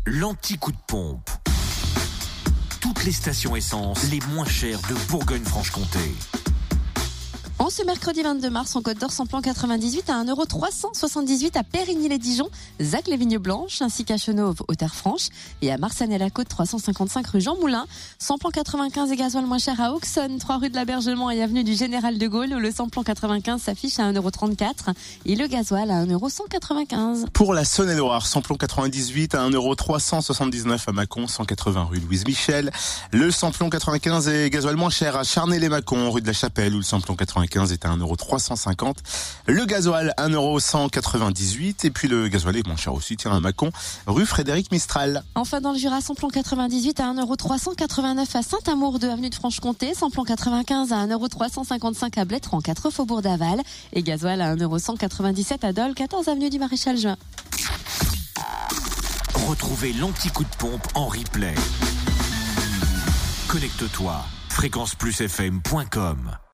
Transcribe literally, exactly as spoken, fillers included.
l'anti-coup de pompe. Toutes les stations essence les moins chères de Bourgogne-Franche-Comté. En ce mercredi vingt-deux mars, en Côte d'Or, samplon quatre-vingt-dix-huit à un euro trois cent soixante-dix-huit à Périgny-les-Dijon, Zac-les-Vignes-Blanches, ainsi qu'à Chenauve, aux Terres-Franches, et à Marsanne-et-la-Côte, trois cent cinquante-cinq rue Jean Moulin. Samplon quatre-vingt-quinze et gasoil moins cher à Auxonne, trois rue de l'Abergement et avenue du Général de Gaulle, où le samplon quatre-vingt-quinze s'affiche à un euro trente-quatre et le gasoil à un euro cent quatre-vingt-quinze. Pour la Saône-et-Loire, samplon quatre-vingt-dix-huit à un euro trois cent soixante-dix-neuf à Mâcon, cent quatre-vingts rue Louise Michel. Le samplon quatre-vingt-quinze et gasoil moins cher à Charnay-les-Mâcon, rue de la Chapelle, où le samplon quatre-vingt-quinze est à un euro trois cent cinquante. Le gasoil, un euro cent quatre-vingt-dix-huit. Et puis le gasoil est moins cher aussi, tiens, à Mâcon, rue Frédéric Mistral. Enfin, dans le Jura, samplon quatre-vingt-dix-huit à un euro trois cent quatre-vingt-neuf à Saint-Amour deux avenue de Franche-Comté, samplon quatre-vingt-quinze à un euro trois cent cinquante-cinq à Blétran quatre faubourg d'Aval et gasoil à un euro cent quatre-vingt-dix-sept à Dole quatorze avenue du Maréchal Juin. Retrouvez l'anti-coup de pompe en replay. Connecte-toi, fréquence plus f m point com.